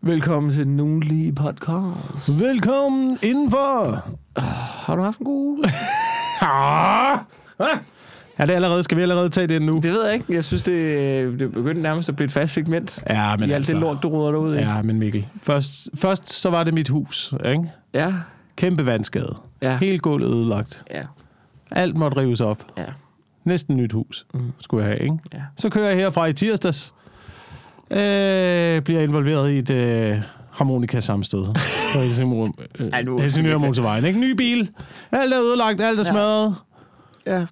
Velkommen til den ugenlige podcast. Velkommen indenfor. Har du haft en god uge? Er det allerede? Skal vi allerede tage det nu? Det ved jeg ikke. Jeg synes, det begyndte nærmest at blive et fast segment. Ja, men i alt det lort, du ruder derud i. Ja, men Mikkel. Først så var det mit hus, ikke? Ja. Kæmpe vandskade. Ja. Helt gulvet ødelagt. Ja. Alt måtte rives op. Ja. Næsten nyt hus skulle jeg have, ikke? Ja. Så kører jeg herfra i tirsdags. Bliver involveret i et harmonika-sammenstød på Helsingør Motorvejen. Ikke? Ny bil. Alt er ødelagt, alt er smadret. Ja.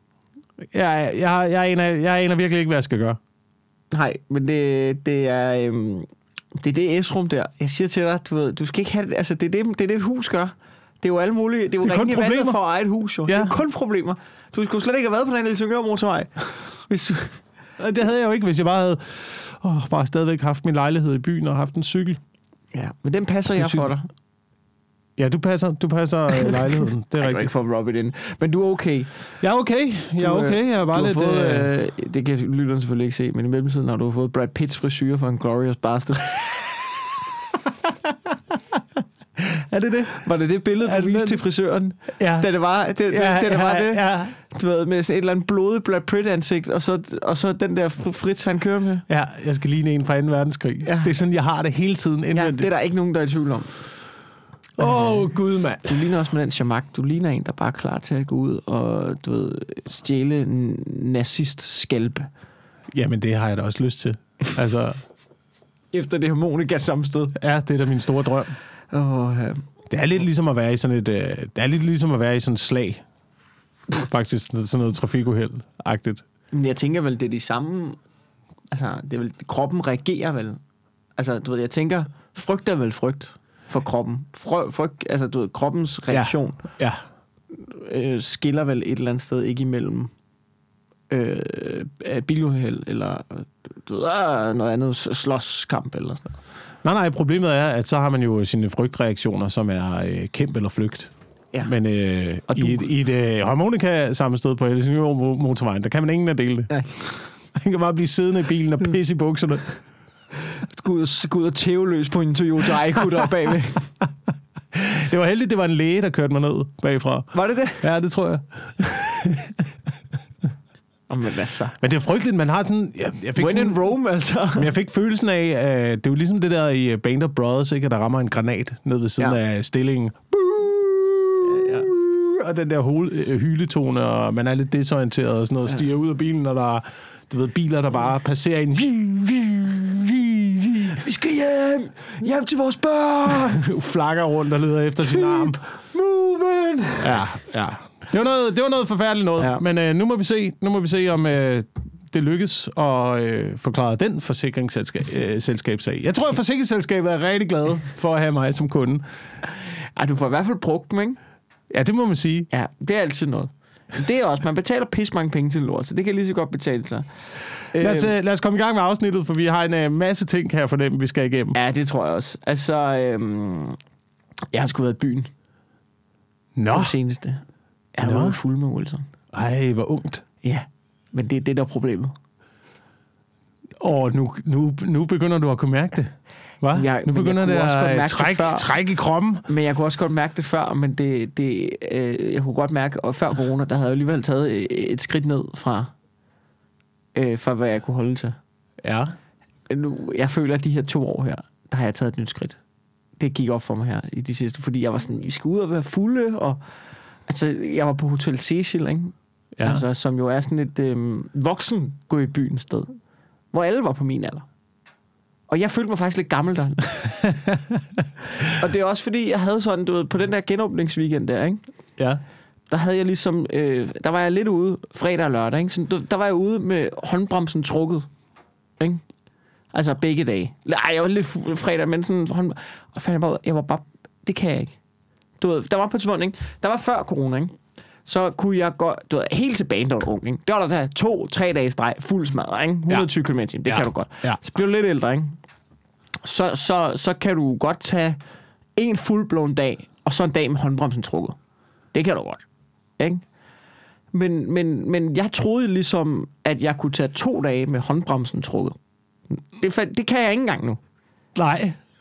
Jeg aner virkelig ikke, hvad jeg skal gøre. Nej, men det er det S-rum der. Jeg siger til dig, du skal ikke have det. Altså, det er det hus gør. Det er jo alle mulige. Det er jo ringe i vandet for at eje et hus, jo. Ja. Det er jo kun problemer. Du skulle slet ikke have været på den Helsingør Motorvej. Det havde jeg jo ikke, hvis jeg bare havde bare stadigvæk haft min lejlighed i byen og haft en cykel. Ja, men den passer jeg for dig. Ja, du passer lejligheden. Det er rigtigt. Ikke for at rub it in. Men du er okay. Jeg er okay. Jeg er bare lidt... Fået, det kan lytteren selvfølgelig ikke se, men i mellemtiden har du fået Brad Pitts frisyre for en Glorious Bastard. Er det det? Var det billede, du viste til frisøren? Ja. Da det var det? Ja. Du ved, med sådan et eller andet blodigt Brad Pitt-ansigt, og så den der Fritz, han kører med. Ja, jeg skal ligne en fra 2. verdenskrig. Ja. Det er sådan, jeg har det hele tiden indvendigt. Ja, det er der ikke nogen, der er i tvivl om. Gud, mand. Du ligner også med den chamak. Du ligner en, der bare er klar til at gå ud og, du ved, stjæle en nazist-skalpe. Jamen, det har jeg da også lyst til. Altså... Efter det harmonika-sammenstød. Ja, det er da min store drøm. Det er lidt ligesom at være i sådan et slag. Faktisk sådan noget trafikuheld-agtigt. Men jeg tænker vel, det er de samme... Altså, det er vel... Kroppen reagerer vel. Altså, du ved, jeg tænker, frygt er vel frygt for kroppen. Frygt, altså, du ved, kroppens reaktion skiller vel et eller andet sted ikke imellem biluheld eller du ved, noget andet slåskamp eller sådan noget. Nej, problemet er, at så har man jo sine frygtreaktioner, som er kæmp eller flygt. Ja. Men i et harmonika-sammenstød på Helsingør Motorvejen, der kan man ingen af dele det. Ja. Man kan bare blive siddende i bilen og pisse i bukserne. Skud og tæveløs på en Toyota Aygo der bagved. Det var heldigt, det var en læge, der kørte mig ned bagfra. Var det det? Ja, det tror jeg. Men hvad så? Men det er frygteligt, man har sådan... Jeg fik When in Rome, altså. Men jeg fik følelsen af, at det er jo ligesom det der i Band of Brothers, ikke? Der rammer en granat ned ved siden af stillingen. Ja. Og den der hyletone, og man er lidt desorienteret og sådan noget, stiger ud af bilen, og der er, du ved, biler, der bare passerer ind. Vi skal hjem! Hjem til vores børn! Flakker rundt og leder efter sin arm. Moving! Ja. Det var noget forfærdeligt noget, men nu må vi se om det lykkes at forklare den forsikringsselskabssag. Jeg tror, at forsikringsselskabet er rigtig glade for at have mig som kunde. Ej, du får i hvert fald brugt dem, ikke? Ja, det må man sige. Ja, det er altid noget. Det er også, man betaler pis mange penge til lort, så det kan lige så godt betale sig. Lad os komme i gang med afsnittet, for vi har en masse ting her for dem, vi skal igennem. Ja, det tror jeg også. Altså, jeg har sgu været i byen. Nå. Det seneste. Jeg har været fuld med Wilson. Ej, hvor ungt. Ja, men det er det, der er problemet. Nu begynder du at kunne mærke det. Hva? Nu begynder det at trække i kroppen. Men jeg kunne også godt mærke det før, men jeg kunne godt mærke, og før corona, der havde jeg alligevel taget et skridt ned fra hvad jeg kunne holde til. Ja. Nu, jeg føler, at de her 2 år her, der har jeg taget et nyt skridt. Det gik op for mig her i de sidste, fordi jeg var sådan, vi skal ud og være fulde, og altså, jeg var på Hotel Cecil, ikke? Ja. Altså, som jo er sådan et voksen gå i byen sted, hvor alle var på min alder. Og jeg følte mig faktisk lidt gammel der. Og det er også fordi, jeg havde sådan, du ved, på den der genåbningsweekend der, ikke? Ja. Der havde jeg ligesom, der var jeg lidt ude fredag og lørdag, ikke? Så, der var jeg ude med håndbremsen trukket, ikke? Altså begge dage. Ej, jeg var lidt fredag, men sådan, og fandt jeg var bare, det kan jeg ikke. Du ved, der var på et tidspunkt, ikke? Der var før corona, ikke? Så kunne jeg gå, du ved, helt tilbage, da jeg var ung, ikke? Det var der 2-3 dage streg, fuld smadret, ikke? 120 km, det kan du godt. Ja. Så bliver du lidt ældre, ikke? Så kan du godt tage en fuldblåen dag, og så en dag med håndbremsen trukket. Det kan du godt, ikke? Men jeg troede ligesom, at jeg kunne tage 2 dage med håndbremsen trukket. Det kan jeg ikke engang nu. Nej.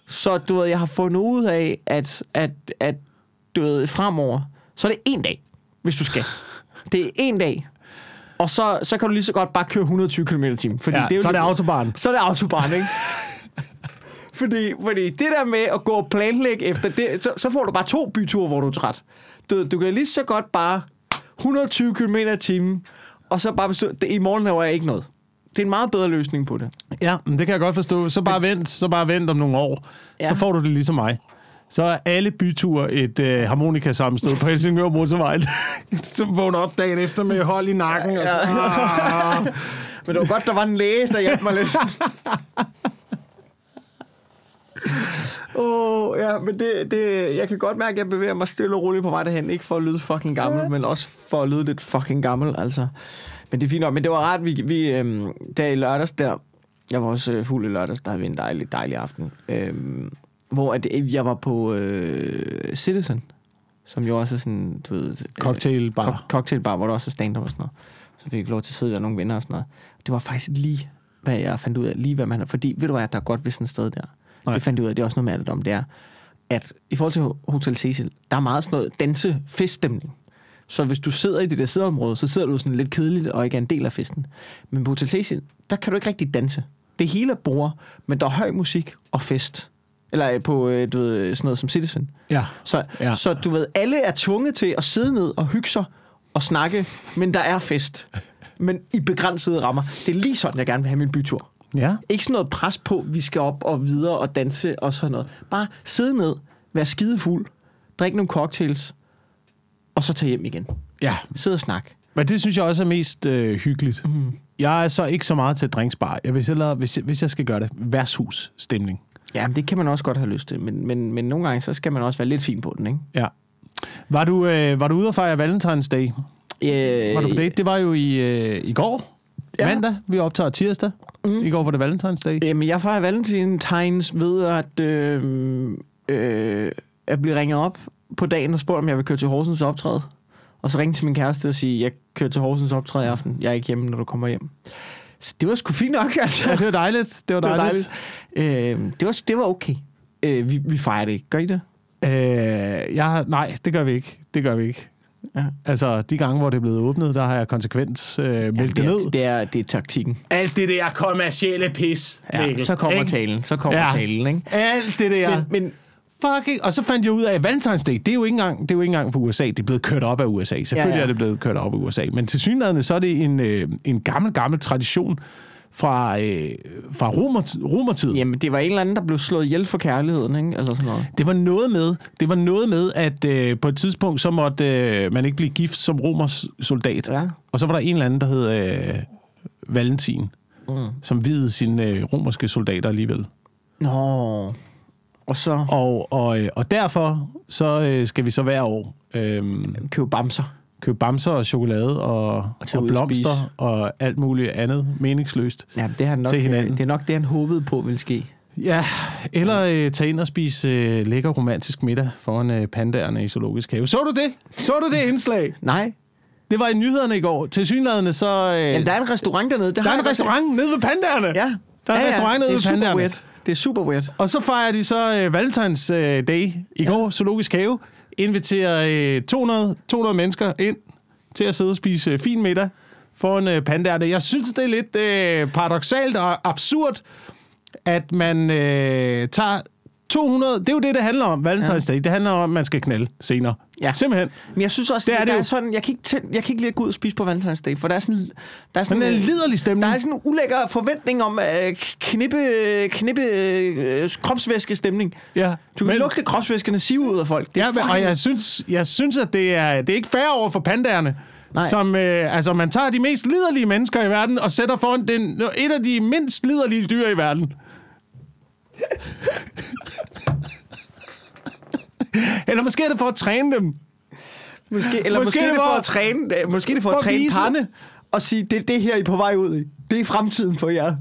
Så du ved, jeg har fundet ud af, at du ved, fremover, så er det 1 dag, hvis du skal. Det er 1 dag. Og så kan du lige så godt bare køre 120 km/t. Fordi det er jo så er det autobahn. Så er det autobahn, ikke? fordi det der med at gå og planlægge efter det, så får du bare 2 byture, hvor du er træt. Du kan lige så godt bare 120 km/t, og så bare bestå, i morgen laver jeg ikke noget. Det er en meget bedre løsning på det. Ja, det kan jeg godt forstå. Så bare vent om nogle år. Ja. Så får du det ligesom mig. Så er alle byture et harmonikasammenstød på Helsingør Motorvejen. Så vågner op dagen efter med hold i nakken. Ja. Og så, Men det var godt, der var en læge, der hjalp mig lidt. Ja, men jeg kan godt mærke, at jeg bevæger mig stille og roligt på vej derhen. Ikke for at lyde fucking gammel, men også for at lyde lidt fucking gammel, altså. Men det er fint nok. Men det var ret, vi der i lørdags der, jeg var også fuld i lørdags, der havde vi en dejlig aften. Hvor jeg var på Citizen, som jo også er sådan, du ved... Cocktailbar, hvor der også er stand-up og sådan noget. Så fik jeg lov til at sidde der nogle venner og sådan noget. Det var faktisk lige, hvad jeg fandt ud af, lige hvad man har... Fordi, ved du hvad, der er godt ved sådan et sted der. Nej. Det fandt jeg ud af, det er også noget med alt om, det er, at i forhold til Hotel Cecil, der er meget sådan noget danse-feststemning. Så hvis du sidder i det der sædeområde, så sidder du sådan lidt kedeligt og ikke er en del af festen. Men på Hotel Cecil, der kan du ikke rigtig danse. Det hele er bord, men der er høj musik og fest. Eller på du ved, sådan noget som Citizen. Ja. Så du ved, alle er tvunget til at sidde ned og hygge sig og snakke, men der er fest. Men i begrænsede rammer. Det er lige sådan, jeg gerne vil have min bytur. Ja. Ikke sådan noget pres på, vi skal op og videre og danse og sådan noget. Bare sidde ned, være skidefuld, drikke nogle cocktails, og så tage hjem igen. Ja. Sidde og snakke. Men det synes jeg også er mest hyggeligt. Mm. Jeg er så ikke så meget til drinksbar. Jeg vil hellere, hvis jeg skal gøre det, værtshus-stemning. Ja, men det kan man også godt have lyst til. Men nogle gange, så skal man også være lidt fin på den, ikke? Ja. Var du ude at fejre Valentine's Day? Var du på det? Det var jo i går. Ja. Mandag. Vi optager tirsdag. I går var det Valentine's Day. Jamen, jeg fejrer Valentine's ved at blive ringet op på dagen og spurgt, om jeg vil køre til Horsens optræde. Og så ringte til min kæreste og sige, jeg kører til Horsens optræde i aften. Jeg er ikke hjemme, når du kommer hjem. Så det var sgu fint nok, altså. Ja, det var dejligt. Det var okay. Vi fejrer det ikke. Gør I det? Nej, det gør vi ikke. Ja. Altså, de gange, hvor det er blevet åbnet, der har jeg konsekvent meldt det ned. Det er taktikken. Alt det der kommercielle pis, Mikkel. Ja, så kommer talen. Talen, ikke? Alt det der. Men fucking... Og så fandt jeg ud af, at Valentine's Day, det er jo ikke engang for USA. Det er blevet kørt op af USA. Selvfølgelig er det blevet kørt op af USA. Men tilsyneladende, så er det en gammel tradition fra romertiden. Jamen, det var en eller anden, der blev slået ihjel for kærligheden, ikke? Eller sådan noget. Det var noget med, at på et tidspunkt, så måtte man ikke blive gift som romersoldat. Ja. Og så var der en eller anden, der hed Valentin, som viede sine romerske soldater alligevel. Nå... Og så... Og derfor så skal vi så hver år... Købe bamser og chokolade og blomster og alt muligt andet meningsløst det er nok det, han håbede på ville ske. Ja, eller tage ind og spise lækker romantisk middag foran pandaerne i Zoologisk Have. Så du det indslag? Nej. Det var i nyhederne i går. Tilsyneladende så... Jamen, der er en restaurant dernede. Der er en restaurant nede ved pandaerne. Ja. Der er en restaurant nede ved pandaerne. Weird. Det er super weird. Og så fejrer de så Valentine's Day i går, Zoologisk Have. Inviterer 200 mennesker ind til at sidde og spise fin middag foran pandaerne. Jeg synes, det er lidt paradoksalt og absurd, at man tager 200... Det er jo det handler om, Valentine's Day. Det handler om, at man skal knalde senere. Ja. Simpelthen. Men jeg synes også, det er sådan... Jeg kan ikke lide at gå ud og spise på Valentine's Day, for der er sådan en liderlig stemning. Der er sådan en ulækker forventning om knippe kropsvæske stemning. Ja. Du kan lugte kropsvæskerne sive ud af folk. Og jeg synes, at det er ikke fair over for pandaerne. Nej. Som, man tager de mest liderlige mennesker i verden og sætter foran et af de mindst liderlige dyr i verden. Eller måske er det for at træne dem. Måske er det for at træne. Måske er det for at træne Panne og sige, det her I er på vej ud i. Det er fremtiden for jer.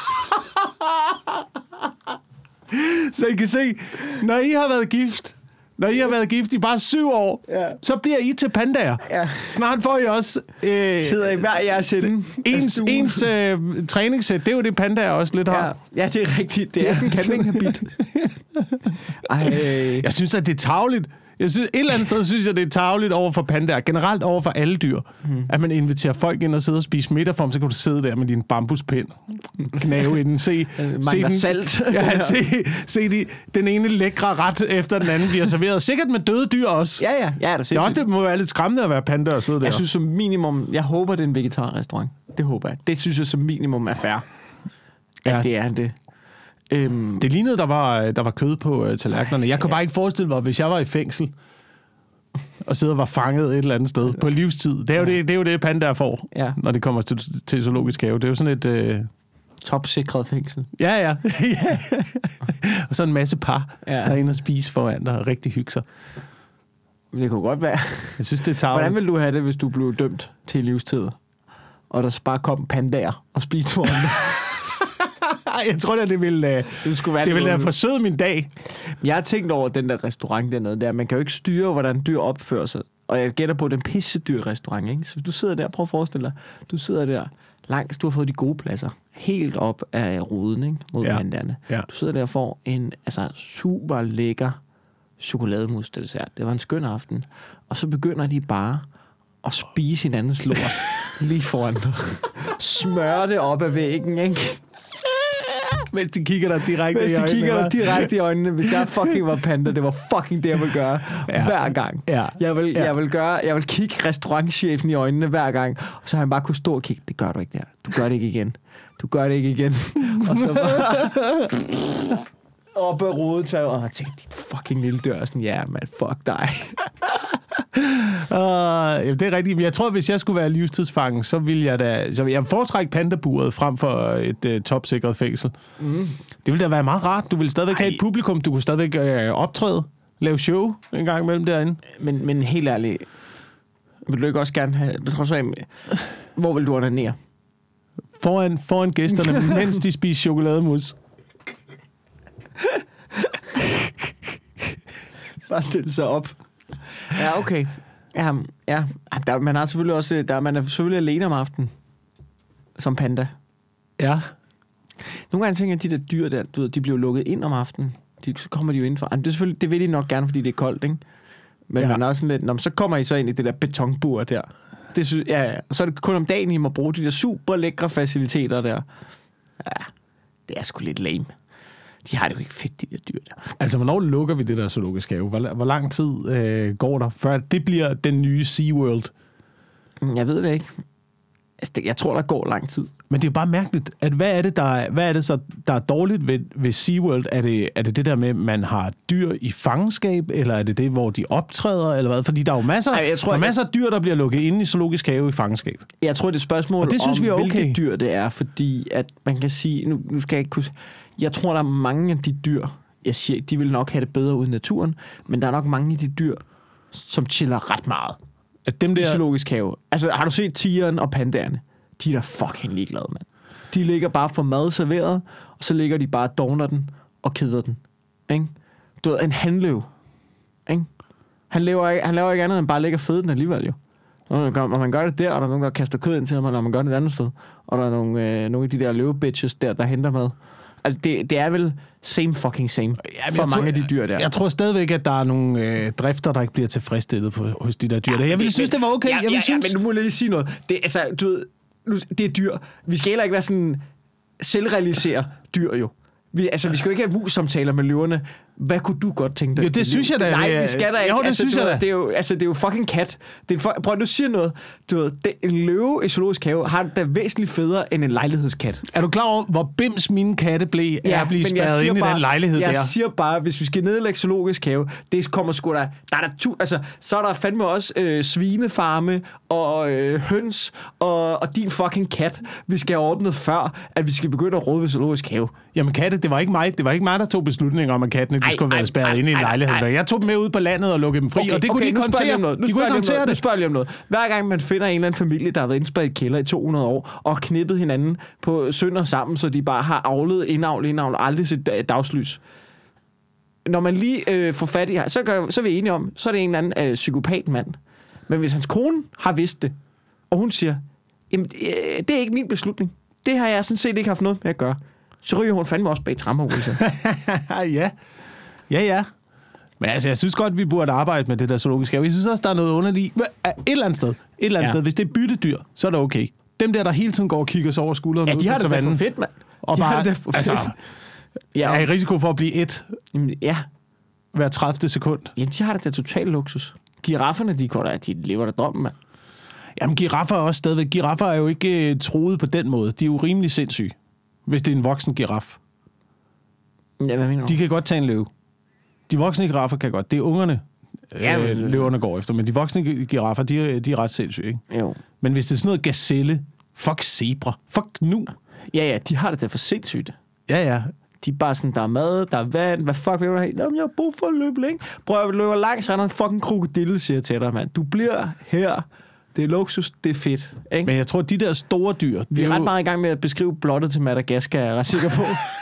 Så I kan se, når I har været gift, Når I har været gift i bare 7 år, så bliver I til pandaer. Ja. Snart får I også... Sidder i hver jeres ende. Ens træningssæt, det er jo det, pandaer også lidt har. Ja, det er rigtigt. Det er en campinghabit. Jeg synes, at det er tarveligt. Et eller andet sted synes jeg, det er tarveligt over for pandaer. Generelt over for alle dyr. At man inviterer folk ind og sidder og spise middag for dem, så kan du sidde der med din bambuspind. Knæve i den. Se den, salt. Ja, se den ene lækre ret efter den anden bliver serveret. Sikkert med døde dyr også. Ja, det er også det må være lidt skræmmende at være panda og sidde der. Jeg synes som minimum, jeg håber, det er en vegetarrestaurant. Det håber jeg. Det synes jeg som minimum er fair. At det er det. Det lignede, der var kød på tallerkenerne. Jeg kunne bare ikke forestille mig, hvis jeg var i fængsel og sidder og var fanget et eller andet sted på livstid. Det er jo det pandaer får, når det kommer til zoologisk have. Det er jo sådan et... topsikret fængsel. Ja. Og så en masse par, der er inde og spise foran dig og rigtig hygge sig. Det kunne godt være. Jeg synes, det er tarveligt. Hvordan ville du have det, hvis du blev dømt til livstid, og der bare kom pandaer og spiste foran dig? Jeg tror, det ville have forsøget min dag. Jeg har tænkt over den der restaurant dernede der. Man kan jo ikke styre, hvordan dyr opfører sig. Og jeg gætter på, den pissedyr restaurant, ikke? Så hvis du sidder der, prøv at forestille dig, du sidder der langs, du har fået de gode pladser, helt op af ruden, ikke? Mod pandaerne. Ja. Du sidder der og får en super lækker chokolademus til dessert. Det var en skøn aften. Og så begynder de bare at spise hinandens lort lige foran dig. Smøre det op ad væggen, ikke? Hvis de kigger dig direkte i øjnene. Hvis jeg fucking var panda, det var fucking det, jeg ville gøre hver gang. Ja. Jeg vil kigge restaurantchefen i øjnene hver gang, og så har han bare kunne stå og kigge. Det gør du ikke der. Du gør det ikke igen. Og så bare... op ad rodet, og jeg tænkte, dit fucking lille dør. Sådan, ja, man, fuck dig. Det er rigtigt. Men jeg tror, hvis jeg skulle være livstidsfangen, så ville jeg da... Så jeg foretrække pandaburet frem for et topsikret fængsel. Det ville da være meget rart. Du ville stadigvæk have et publikum. Du kunne stadigvæk optræde, lave show en gang imellem derinde. Men helt ærligt, vil du ikke også gerne have... Hvor vil du onanere? Foran gæsterne, mens de spiser chokolademus. Bare stille sig op. Ja, okay. Ja. Man er selvfølgelig alene om aftenen. Som panda. Ja. Nogle gange tænker jeg, at de der dyr der, de bliver lukket ind om aftenen. Så kommer de jo indenfor. Det vil de nok gerne, fordi det er koldt, ikke? Men man er også sådan lidt... så kommer I så ind i det der betonbur der. Det synes, og så er det kun om dagen, I må bruge de der super lækre faciliteter der. Ja, det er sgu lidt lame. De har det jo ikke fedt, de der dyr der. Altså, hvornår lukker vi det der zoologisk have? Hvor lang tid går der, før det bliver den nye SeaWorld? Jeg ved det ikke. Altså, jeg tror, der går lang tid. Men det er bare mærkeligt, at hvad er det så, der er dårligt ved SeaWorld? Er det der med, at man har dyr i fangenskab, eller er det hvor de optræder, eller hvad? Fordi der er jo masser af dyr, der bliver lukket inde i zoologisk have i fangenskab. Jeg tror, det er et spørgsmål om, hvilke dyr det er, fordi at man kan sige, nu skal jeg ikke kunne... Jeg tror, der er mange af de dyr, jeg siger, de vil nok have det bedre ude i naturen, men der er nok mange af de dyr, som chiller ret meget. At dem der... I zoologisk have. Altså, har du set tigeren og pandaerne? De er da fucking ligeglade, mand. De ligger bare for mad serveret, og så ligger de bare og dogner den og keder den. Ikke? Du ved, en hanløv. Ikke? Han laver ikke andet end bare ligge og føde den alligevel, jo. Når man gør det der, og der er nogen, der kaster kød ind til ham, når man gør det et andet sted. Og der er nogle af de der løvebitches der henter mad. Altså, det er vel same fucking same for mange af de dyr der. Jeg tror stadigvæk, at der er nogle drifter, der ikke bliver tilfredsstillet hos de der dyr. Jeg ville synes, det var okay. Men nu må jeg lige sige noget. Du ved, det er dyr. Vi skal heller ikke være sådan selvrealisere dyr, jo. Vi skal jo ikke have mus-samtaler med løverne. Hvad kunne du godt tænke dig? Jo, det synes jeg da. Nej, vi skal da ikke. Jo, det synes jeg da. Det er jo fucking kat. Prøv, du siger noget. Du ved, en løve i zoologisk have har det da væsentligt federe end en lejlighedskat. Er du klar over, hvor bims mine katte blev at blive spærret ind i den lejlighed der? Jeg siger bare, hvis vi skal nedlægge zoologisk have, det kommer sgu da... så er der fandme også svinefarme og høns og din fucking kat, vi skal have ordnet før, at vi skal begynde at råde ved zoologisk have. Jamen katte, det var ikke mig, der tog beslutninger om, at kattene skulle være spærret inde i en lejlighed. Jeg tog dem med ud på landet og lukkede dem fri, og det kunne de håndtere. Nu spørger jeg om noget. Hver gang man finder en eller anden familie, der har været indspærret i kælder i 200 år, og knippet hinanden på sønder sammen, så de bare har avlet, indavl, aldrig set dagslys. når man lige får fat i... Så er vi enige om, så er det en eller anden psykopat-mand. Men hvis hans kone har vidst det, og hun siger, jamen, det er ikke min beslutning. Det har jeg sådan set ikke haft noget med at gøre. Så ryger hun fandme også bag trammer, Ja. Men altså, jeg synes godt, vi burde arbejde med det der zoologiske have. Jeg synes også, der er noget underligt. Et eller andet sted. Hvis det er byttedyr, så er det okay. Dem der hele tiden går og kigger sig over skulderen. Ja, de har det da for fedt, mand. Og bare, er i risiko for at blive hver 30. sekund. Jamen, de har det da totalt luksus. Girafferne, de lever der drømmen, mand. Jamen, giraffer er også stadigvæk. Giraffer er jo ikke troet på den måde. De er jo rimelig sindssyge, hvis det er en voksen giraf. Ja, hvad mener du? De kan godt tage en løve. De voksne giraffer kan godt. Det er ungerne, løverne går efter. Men de voksne giraffer, de er ret sindssyge, ikke? Jo. Men hvis det er sådan noget gazelle, fuck zebra, fuck nu. Ja, de har det da for sindssygt. Ja. De er bare sådan, der er mad, der er vand, hvad fuck vil du have? Jamen, jeg har brug for at løbe længe. Prøv at løbe langt, så er der en fucking krokodille, siger til dig, mand. Du bliver her. Det er luksus, det er fedt. Ikke? Men jeg tror, de der store dyr... Vi er ret meget i gang med at beskrive blottet til Madagaskar, jeg er ret sikker på.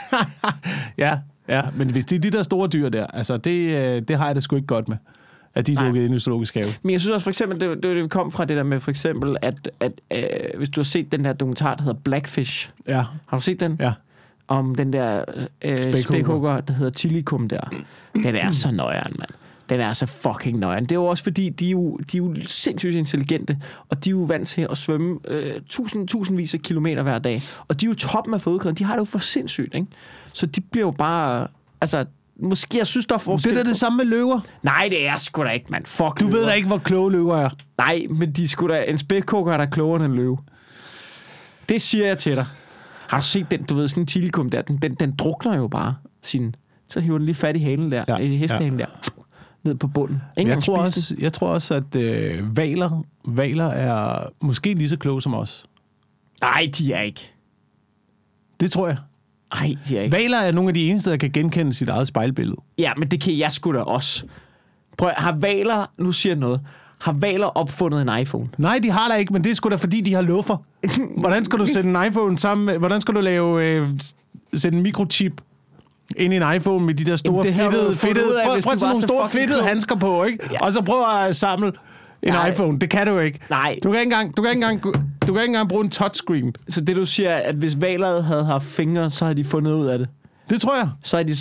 Ja, men hvis det er de der store dyr der, altså det har jeg det sgu ikke godt med, at de er lukket ind i zoologisk have. Men jeg synes også for eksempel, det kom fra det der med for eksempel, at hvis du har set den der dokumentar, der hedder Blackfish. Ja. Har du set den? Ja. Om den der spækhugger, der hedder Tilikum der. Den er så nøjeren, mand. Den er så fucking nøjeren. Det er jo også fordi, de er jo sindssygt intelligente, og de er jo vant til at svømme tusindvis af kilometer hver dag. Og de er jo toppen af fødekæden. De har det jo for sindssygt, ikke? Så de bliver jo bare... Altså, måske jeg synes, der er forskel. Det er det samme med løver. Nej, det er sgu da ikke, mand. Fuck du løver. ved da ikke, hvor kloge løver er. Nej, men de er sgu da... En spækhugger er der klogere end en løve. Det siger jeg til dig. Har du set den, du ved, sådan en Tilikum der? Den drukner jo bare sin... Så hiver den lige fat i halen der. I hestehalen der. Ned på bunden. Jeg tror også, at hvaler er måske lige så kloge som os. Nej, de er ikke. Det tror jeg. Nej, de er ikke. Hvaler er nogle af de eneste, der kan genkende sit eget spejlbillede. Ja, men det kan jeg sgu da også. Prøv, har hvaler, nu siger jeg noget, har hvaler opfundet en iPhone? Nej, de har da ikke, men det er sgu da fordi, de har luffer. Hvordan skal du sætte en iPhone sammen med, hvordan skal du sætte en mikrochip ind i en iPhone med de der store fedtede prøv at sætte nogle store fedtede handsker på, ikke? Ja. Og så prøv at samle en iPhone. Det kan du ikke. Nej. Du kan ikke engang bruge en touchscreen. Så det du siger, at hvis hvaler havde haft fingre, så havde de fundet ud af det? Det tror jeg. Så er de...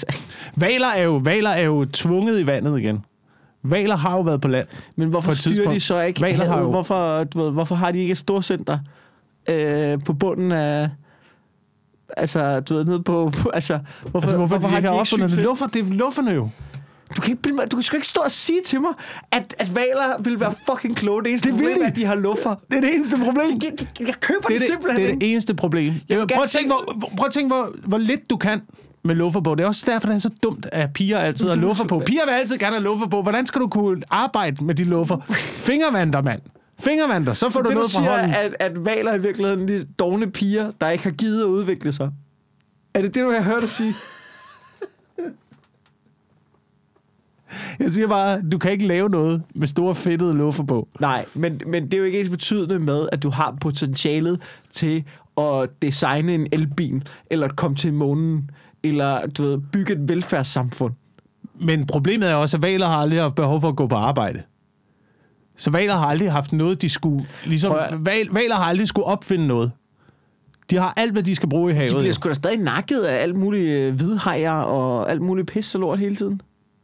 Hvaler er jo tvunget i vandet igen. Hvaler har jo været på land. Men hvorfor styrer de så ikke? Hvorfor har de ikke et storcenter på bunden af... Altså, du ved, nede på... Altså, hvorfor har de ikke opfundet det? Det er lufferne jo. Du skal ikke stå og sige til mig, at hvaler vil være fucking kloge. Det eneste problem er, at de har luffer. Det er det eneste problem. Jeg køber det simpelthen. Det er det eneste problem. Prøv at tænke, hvor lidt du kan med luffer på. Det er også derfor, det er så dumt, at piger altid har luffer på. Piger vil altid gerne have luffer på. Hvordan skal du kunne arbejde med de luffer? Fingervanter, mand. Fingervanter, så får du noget fra hånden. At hvaler er i virkeligheden de dovne piger, der ikke har givet at udvikle sig. Er det det, du har hørt at sige? Jeg siger bare, du kan ikke lave noget med store fedtede luffer på. Nej, men det er jo ikke ens betydende med, at du har potentialet til at designe en elbil, eller komme til månen, eller du ved, bygge et velfærdssamfund. Men problemet er også, at hvaler har aldrig haft behov for at gå på arbejde. Så hvaler har aldrig haft noget, de skulle... Hvaler har aldrig skulle opfinde noget. De har alt, hvad de skal bruge i havet. De bliver sgu da stadig nakket af alt muligt hvidhajer og alt muligt pis og lort hele tiden.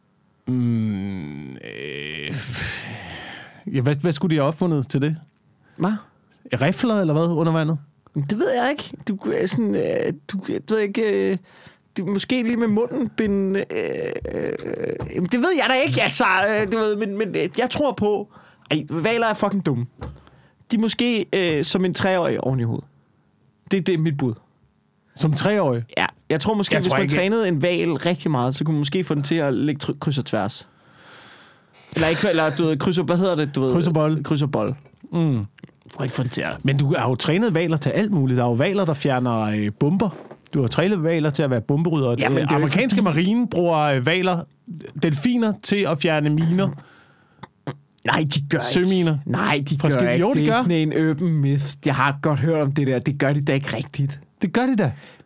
Ja, hvad skulle de have opfundet til det? Hvad? Rifler eller hvad under vandet? Det ved jeg ikke. Du ved ikke... måske lige med munden binde... det ved jeg da ikke, altså. Du ved, men jeg tror på... hvaler er fucking dumme. De er måske som en 3-årig oven i hovedet. Det er mit bud. Som 3-årig? Ja, jeg tror måske, hvis man trænede en hval rigtig meget, så kunne man måske få den til at lægge kryds og tværs. Eller du ved, kryds og... Hvad hedder det? Du ved, kryds og bold. For ikke få den til at... Men du har jo trænet hvaler til alt muligt. Der er jo hvaler, der fjerner bomber. Du har trænet hvaler til at være bomberydere. Ja, men amerikanske marine bruger hvaler, delfiner, til at fjerne miner. Nej, de gør søminer. Ikke. Nej, de gør ikke. Jo, det er sådan en urban myth. Jeg har godt hørt om det der. Det gør de da ikke rigtigt. Det gør de da.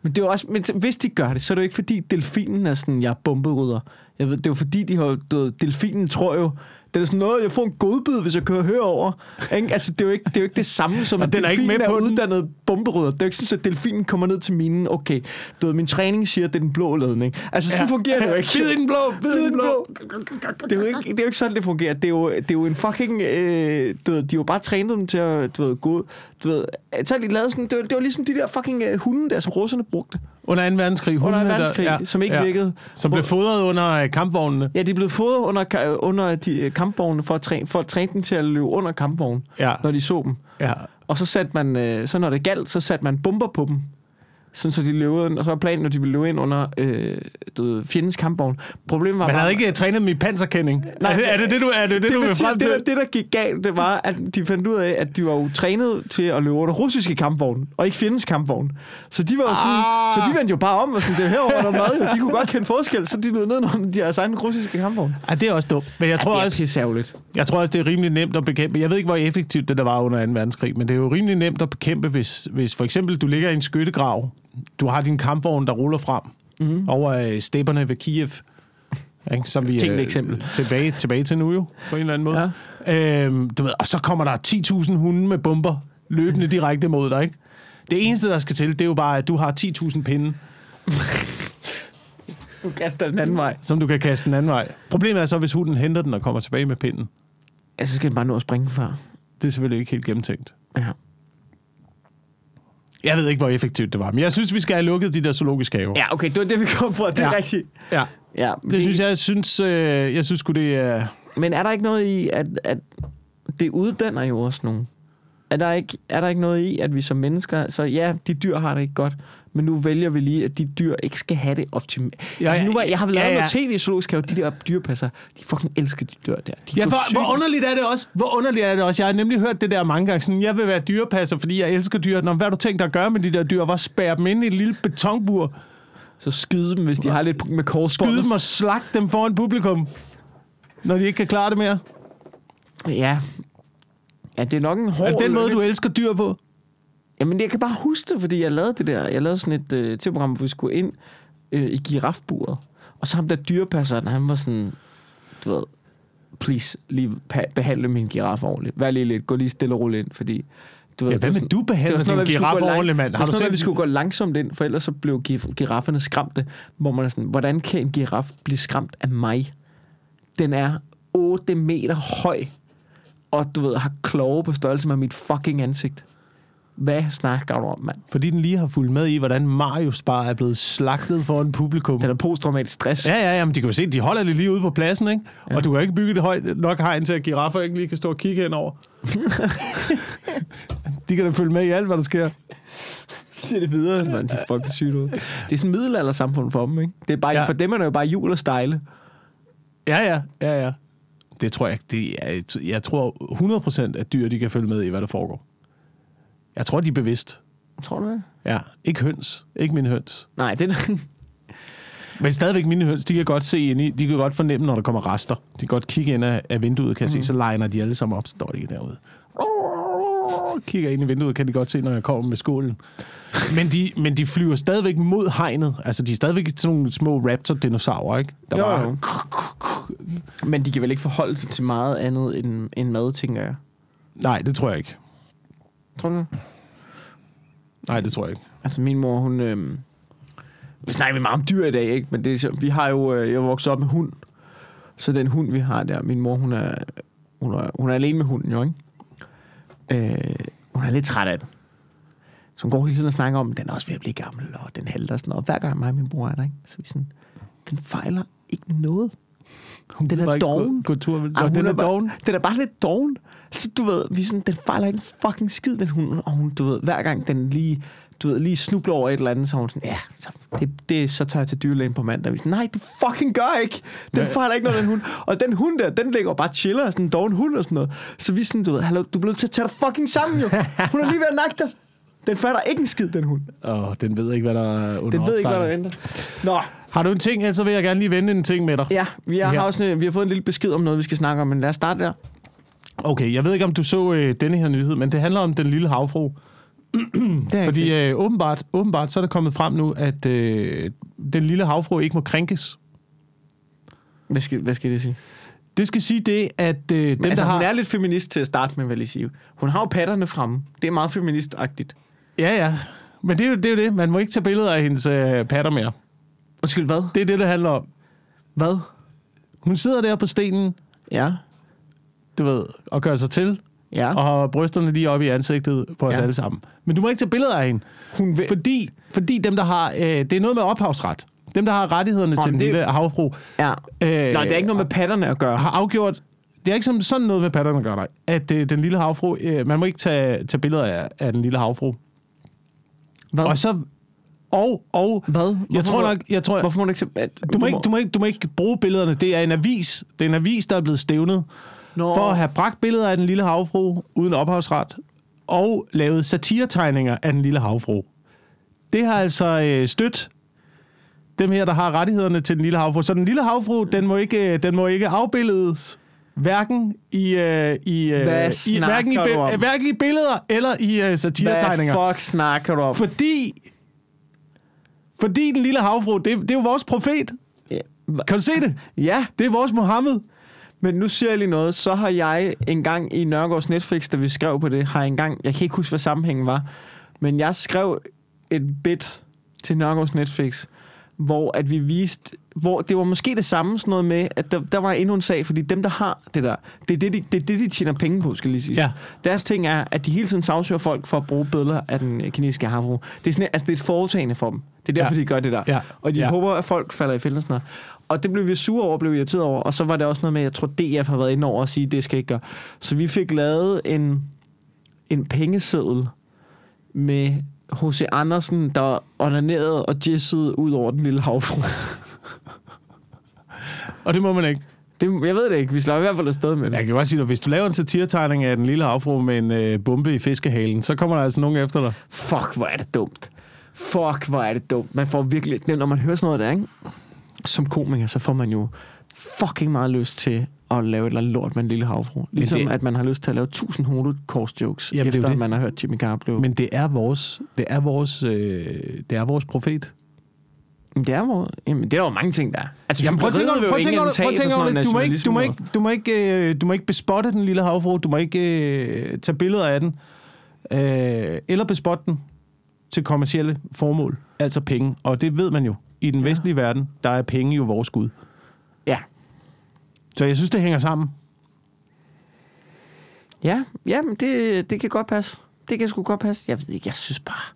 Men det er også, men hvis de gør det, så er det jo ikke fordi delfinen er sådan, jeg er bomberydder. Jeg ved, det er jo fordi, delfinen tror jo, det er sådan noget, jeg får en godbid, hvis jeg kører herover. Altså, det er jo ikke det samme, som at delfinen er uddannet bomberydder. Det er jo ikke sådan, at delfinen kommer ned til minen. Okay, min træning siger, at det er den blå ledning. Altså, sådan fungerer det jo ikke. Bid den blå, bid den blå. Det er jo ikke sådan, det fungerer. Det er jo en fucking... de har jo bare trænet dem til at, gå... Så de lavet sådan... Det var ligesom de der fucking hunde der, som russerne brugte. Under 2. verdenskrig. Under 2. verdenskrig, som ikke virkede. Som blev fodret under kampvognene. Ja, de blev fodret under de kampvogne for at træne dem til at løbe under kampvognen, når de så dem. Ja. Og så satte man, så når det galt, så satte man bomber på dem. Sådan så de løbede ind, og så var planen, at de ville løbe ind under fjendens kampvogn. Problemet var man havde ikke trænet dem i panserkending. Nej, er det det, du vil frem til? Det, der gik galt, det var, at de fandt ud af, at de var jo trænet til at løbe under russiske kampvogne, og ikke fjendens kampvogn. Så de var jo sådan, så de vendte jo bare om, og sådan, det herovre der mad, de kunne godt kende forskel, så de løb ned under deres egen russiske kampvogn. Ja, det er også dumt. Men jeg tror også, det er rimelig nemt at bekæmpe. Jeg ved ikke, hvor effektivt det der var under 2. verdenskrig, men det er jo rimelig nemt at bekæmpe, hvis for eksempel du ligger i en skyttegrav. Du har din kampvogn, der ruller frem over stepperne ved Kiev, ikke? Som vi tilbage til nu jo, på en eller anden måde. Ja. Du ved, og så kommer der 10.000 hunde med bomber løbende direkte mod dig. Ikke? Det eneste, der skal til, det er jo bare, at du har 10.000 pinde. Du kaster den anden vej. Som du kan kaste den anden vej. Problemet er så, hvis hunden henter den og kommer tilbage med pinden. Ja, så skal den bare nå at springe før. Det er selvfølgelig ikke helt gennemtænkt. Ja. Jeg ved ikke, hvor effektivt det var, men jeg synes, vi skal have lukket de der zoologiske haver. Ja, okay, det var det, vi kom fra. Det er rigtigt. Ja. Jeg synes sgu, det er... Men er der ikke noget i, at det uddanner jo også nogen? Er der ikke noget i, at vi som mennesker... Så ja, de dyr har det ikke godt, men nu vælger vi lige, at de dyr ikke skal have det optimalt. Jeg har lavet noget tv i zoologisk have, de der dyrepasser, de fucking elsker de dyr der. Hvor underligt er det også? Jeg har nemlig hørt det der mange gange, sådan, jeg vil være dyrepasser, fordi jeg elsker dyr. Nå, hvad har du tænkt dig at gøre med de der dyr? Hvor spærre dem ind i et lille betonbur? Så skyde dem, hvis de har lidt med korsbånd. Skyde dem og slagte dem foran publikum, når de ikke kan klare det mere. Ja, det er nok en hård... Er det den måde, du elsker dyr på? Jamen, jeg kan bare huske det, fordi jeg lavede det der. Jeg lavede sådan et tv-program, hvor vi skulle ind i girafburet. Og så ham der dyrepasseren, han var sådan, du ved, please, lige behandle min giraf ordentligt. Vær lige lidt, gå lige stille og roligt ind, fordi... Du ved, hvad vil du behandle din giraf ordentligt, mand? Har du set, at vi skulle gå langsomt ind, for ellers så blev girafferne skræmte. Hvor man er sådan, hvordan kan en giraf blive skræmt af mig? Den er 8 meter høj, og du ved, har kloge på størrelse med mit fucking ansigt. Hvad snakker du om, mand? Fordi den lige har fulgt med i, hvordan Marius bare er blevet slagtet for en publikum. Den er posttraumatisk stress. Ja, men de kan jo se, de holder det lige ude på pladsen, ikke? Ja. Og du kan ikke bygge det højt nok hegn til, at giraffer ikke lige kan stå og kigge henover. De kan da følge med i alt, hvad der sker. Så det videre, man. De er fucking sygt ud. Det er sådan et middelaldersamfund for dem, ikke? Det er bare, for dem er det jo bare jul og stejle. Ja. Det tror jeg ikke. Jeg tror 100% at dyr, de kan følge med i, hvad der foregår. Jeg tror, de er bevidst. Tror du det? Ja, ikke høns. Ikke mine høns. Nej, det er... Men stadigvæk mine høns, de kan godt se ind i, de kan godt fornemme, når der kommer rester. De kan godt kigge ind af vinduet, kan jeg se, så liner de alle sammen op, så står de derude. Kigger ind i vinduet, kan de godt se, når jeg kommer med skålen. Men de flyver stadigvæk mod hegnet. Altså, de er stadigvæk sådan nogle små raptor-dinosaurer, ikke? Der jo. Bare... Men de kan vel ikke forholde sig til meget andet end mad, tænker jeg. Nej, det tror jeg ikke. Tror du det? Nej, det tror jeg ikke. Altså, min mor, hun... Vi snakker meget om dyr i dag, ikke? Men det er, vi har jo... Jeg er vokset op med hund. Så den hund, vi har der... Min mor, hun er alene med hunden, jo, ikke? Hun er lidt træt af den. Så hun går hele tiden og snakker om, den er også ved at blive gammel, og den halter og sådan noget. Hver gang mig og min bror er der, ikke? Så vi sådan... Den fejler ikke noget. Den er doven. Den er doven. Den er bare lidt doven. Så du ved, vi sådan, den fejler ikke en fucking skid, den hund. Og hun, du ved, hver gang den lige snubler over et eller andet, så hun sådan, ja, så tager jeg til dyrlægen på mandag. Vi sådan, nej, du fucking gør ikke. Den fejler ikke noget, den hund. Og den hund der, den ligger bare chiller, sådan en doven hund og sådan noget. Så vi sådan, du ved, hallo, du bliver nødt til at tage dig fucking sammen, jo. Hun er lige ved at nakke dig. Den fatter ikke en skid, den hund. Den ved ikke, hvad der er under. Den ved ikke, hvad der venter. Nå. Har du en ting, så vil jeg gerne lige vende en ting med dig. Ja, vi har fået en lille besked om noget, vi skal snakke om, men lad os starte der. Okay, jeg ved ikke, om du så denne her nyhed, men det handler om den lille havfru, Fordi åbenbart så er der kommet frem nu, at den lille havfrue ikke må krænkes. Hvad skal det sige? Det skal sige det, at dem, der har... Hun er lidt feminist til at starte med, vil jeg sige. Hun har jo patterne fremme. Det er meget feministagtigt. Ja. Men det er jo det. Man må ikke tage billeder af hendes patter mere. Undskyld, hvad? Det er det handler om. Hvad? Hun sidder der på stenen. Ja. Du ved, og gør sig til. Ja. Og har brysterne lige oppe i ansigtet på os alle sammen. Men du må ikke tage billeder af hende. Fordi dem, der har... det er noget med ophavsret. Dem, der har rettighederne til den lille havfru... Ja. Nej, det er ikke noget med patterne at gøre. Har afgjort... Det er ikke sådan noget med patterne at gøre, nej. At den lille havfru... man må ikke tage billeder af den lille havfru. Hvad? Og så... Hvad? Hvorfor må du ikke... Du må ikke bruge billederne. Det er en avis. Det er en avis, der er blevet stævnet. For at have bragt billeder af den lille havfru uden ophavsret. Og lavet satiretegninger af den lille havfru. Det har altså stødt dem her, der har rettighederne til den lille havfru. Så den lille havfru, den må ikke afbilledes hverken i billeder eller i satiretegninger. Hvad fuck snakker du om? Fordi den lille havfru, det er jo vores profet. Ja. Kan du se det? Ja. Det er vores Mohammed. Men nu siger jeg lige noget. Så har jeg engang i Nørgaards Netflix, da vi skrev på det, jeg kan ikke huske, hvad sammenhængen var, men jeg skrev et bit til Nørgaards Netflix, hvor at vi viste, hvor det var måske det samme sådan noget med, at der var endnu en sag, fordi dem, der har det der, det er det, de tjener penge på, skal lige sige. Ja. Deres ting er, at de hele tiden sagsøger folk for at bruge billeder af den kinesiske havfrue. Det er sådan, altså det er et foretagende for dem. Det er derfor, de gør det der. Ja. Og de håber, at folk falder i fælden og sådan noget. Og det blev vi sure over, blev irriteret over. Og så var det også noget med, jeg tror, DF har været inde over at sige, at det skal ikke gøre. Så vi fik lavet en pengeseddel med H.C. Andersen, der onanerede og jissede ud over den lille havfru. Og det må man ikke. Jeg ved det ikke. Vi slår i hvert fald afsted med det. Jeg kan godt sige dig, hvis du laver en satiretegning af den lille havfru med en bombe i fiskehalen, så kommer der altså nogen efter dig. Fuck, hvor er det dumt. Man får virkelig... Når man hører sådan noget der, ikke? Som komiker, så får man jo fucking meget lyst til at lave et eller andet lort med en lille havfru. Ligesom at man har lyst til at lave 1000 holocaust-jokes, efter at man har hørt Jimmy Carr blive... Men det er vores profet. Det er jo mange ting, der er. Altså, prøv at tænke du må ikke bespotte den lille havfru. Du må ikke tage billeder af den. Eller bespotte den til kommercielle formål. Altså penge. Og det ved man jo. I den vestlige verden, der er penge jo vores gud. Ja. Så jeg synes, det hænger sammen. Ja, men det kan godt passe. Det kan sgu godt passe. Jeg ved ikke, jeg synes bare...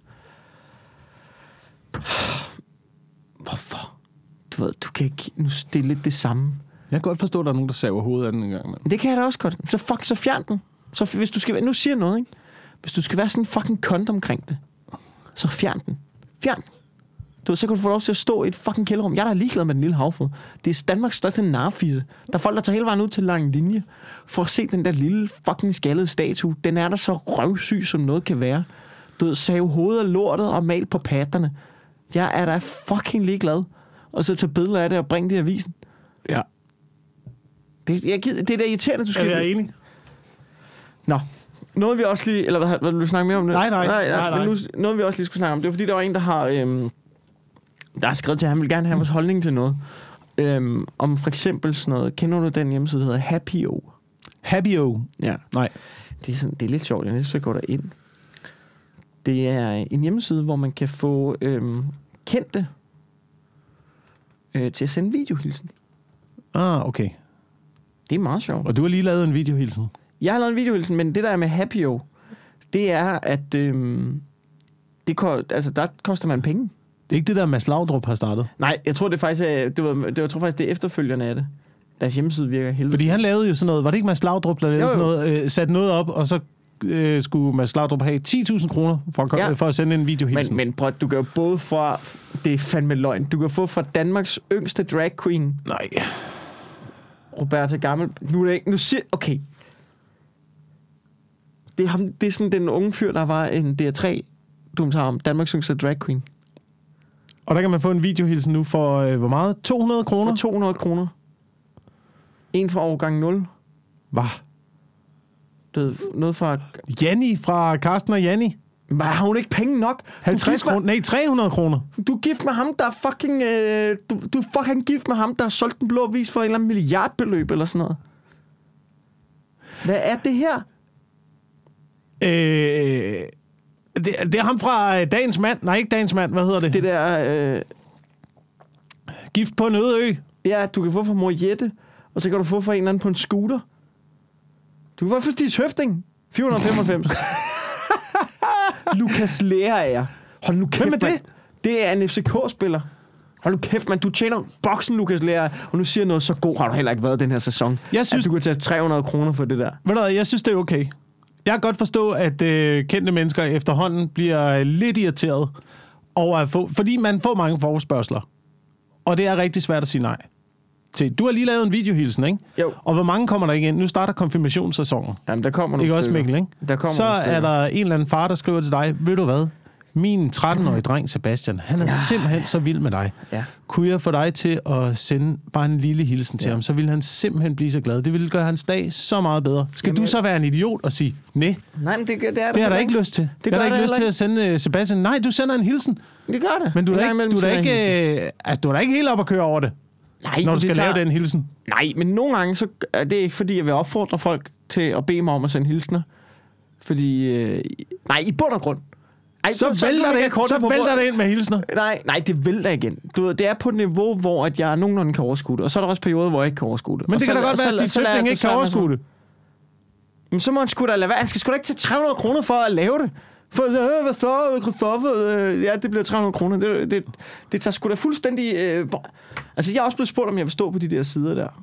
Hvorfor? Du ved, du kan ikke... Nu det er lidt det samme. Jeg kan godt forstå, at der er nogen, der saver hovedet af den en gang. Men... Det kan jeg da også godt. Så fjern den. Så hvis du skal... Nu siger jeg noget, ikke? Hvis du skal være sådan en fucking kont omkring det, så fjern den. Du ved, så kan du få lov til at stå i et fucking kælderrum. Jeg er da ligeglad med den lille havfrue. Det er Danmarks største narfisse. Der er folk, der tager hele vejen ud til lang linje for at se den der lille fucking skaldede statue. Den er der så røvsyg, som noget kan være. Du ved, save hovedet af lortet og mal på patterne. Jeg er da fucking ligeglad. Og så tage billeder af det og bringe det i avisen. Ja. Det er da irriterende, du skal... Jeg er enig. Nå. Noget vi også lige... Eller hvad vil du snakke mere om det? Nej. Men noget vi også lige skulle snakke om, det er fordi, der var en, der har skrevet til, at han vil gerne have vores holdning til noget. Om for eksempel sådan noget... Kender du den hjemmeside, der hedder Happy-O? Happy-O? Ja. Nej. Det er lidt sjovt. Jeg så går der ind. Det er en hjemmeside, hvor man kan få kendte til at sende videohilsen. Okay. Det er meget sjovt. Og du har lige lavet en videohilsen? Jeg har lavet en videohilsen, men det der er med Happy-O, det er, at der koster man penge. Det er ikke det der, Mads Laudrup har startet? Nej, jeg tror det faktisk det er efterfølgende af det. Deres hjemmeside virker helvede. Fordi han lavede jo sådan noget, var det ikke Mads Laudrup, der lavede sådan noget, satte noget op, og så skulle Mads Laudrup have 10.000 kroner for at sende en videohilsen. Men prøv, du kan jo både fra, det er fandme løgn, du kan få fra Danmarks yngste drag queen. Nej. Roberta Gammel. Nu siger, okay. Det er sådan den unge fyr, der var en DR3 dokumentar om Danmarks yngste drag queen. Og der kan man få en videohilsen nu for, hvor meget? 200 kroner? For 200 kroner. En fra årgang 0. Hvad? Noget fra... Janni fra Karsten og Janni. Men har hun ikke penge nok? 50 kroner? Nej, 300 kroner. Du er gift med ham, der er fucking... du er fucking gift med ham, der har solgt Den Blå Avis for en eller anden milliardbeløb eller sådan noget. Hvad er det her? Det er ham fra Dagens Mand. Nej, ikke Dagens Mand. Hvad hedder det? Det der... Gift på en øde ø. Ja, du kan få fra mor Jette, og så kan du få fra en eller anden på en scooter. Du kan få for Stig Høfting. 495. Lukas Lerager. Hold nu kæft, hvem er det? Man. Det er en FCK-spiller. Hold nu kæft, man. Du tjener boksen, Lukas Lerager, og nu siger noget så god har du heller ikke været den her sæson. Jeg synes, at du kan tage 300 kroner for det der. Ved du hvad, jeg synes, det er okay. Jeg kan godt forstå, at kendte mennesker efterhånden bliver lidt irriteret over at få... Fordi man får mange forespørgsler. Og det er rigtig svært at sige nej til. Du har lige lavet en videohilsen, ikke? Jo. Og hvor mange kommer der ikke ind? Nu starter konfirmationssæsonen. Jamen, der kommer nogle ikke stykker. Også Mikkel, ikke? Der kommer så er der en eller anden far, der skriver til dig, ved du hvad? Min 13-årige dreng, Sebastian, han er simpelthen så vild med dig. Ja. Kunne jeg få dig til at sende bare en lille hilsen til ham, så ville han simpelthen blive så glad. Det ville gøre hans dag så meget bedre. Skal du så være en idiot og sige, nej, men det er der ikke lyst til. Det er der ikke lyst til at sende Sebastian. Nej, du sender en hilsen. Det gør det. Men du er da ikke helt op at køre over det. Nej, når du skal lave den hilsen. Nej, men nogle gange så er det ikke, fordi jeg vil opfordre folk til at bede mig om at sende hilsner. Fordi... nej, i bund og grund. Ej, så vælter det ind med hilsner. Nej, det vælter igen. Du ved, det er på et niveau, hvor at jeg nogenlunde kan overskue det. Og så er der også perioder, hvor jeg ikke kan overskue det. Men det kan da godt være, at Stig Tøfting ikke kan overskue det. Men så må han sgu da lade være. Han skal sgu da ikke tage 300 kroner for at lave det. For hvad så, Christoffer? Ja, det bliver 300 kroner. Det tager sgu da fuldstændig... Altså, jeg er også blevet spurgt, om jeg vil stå på de der sider der.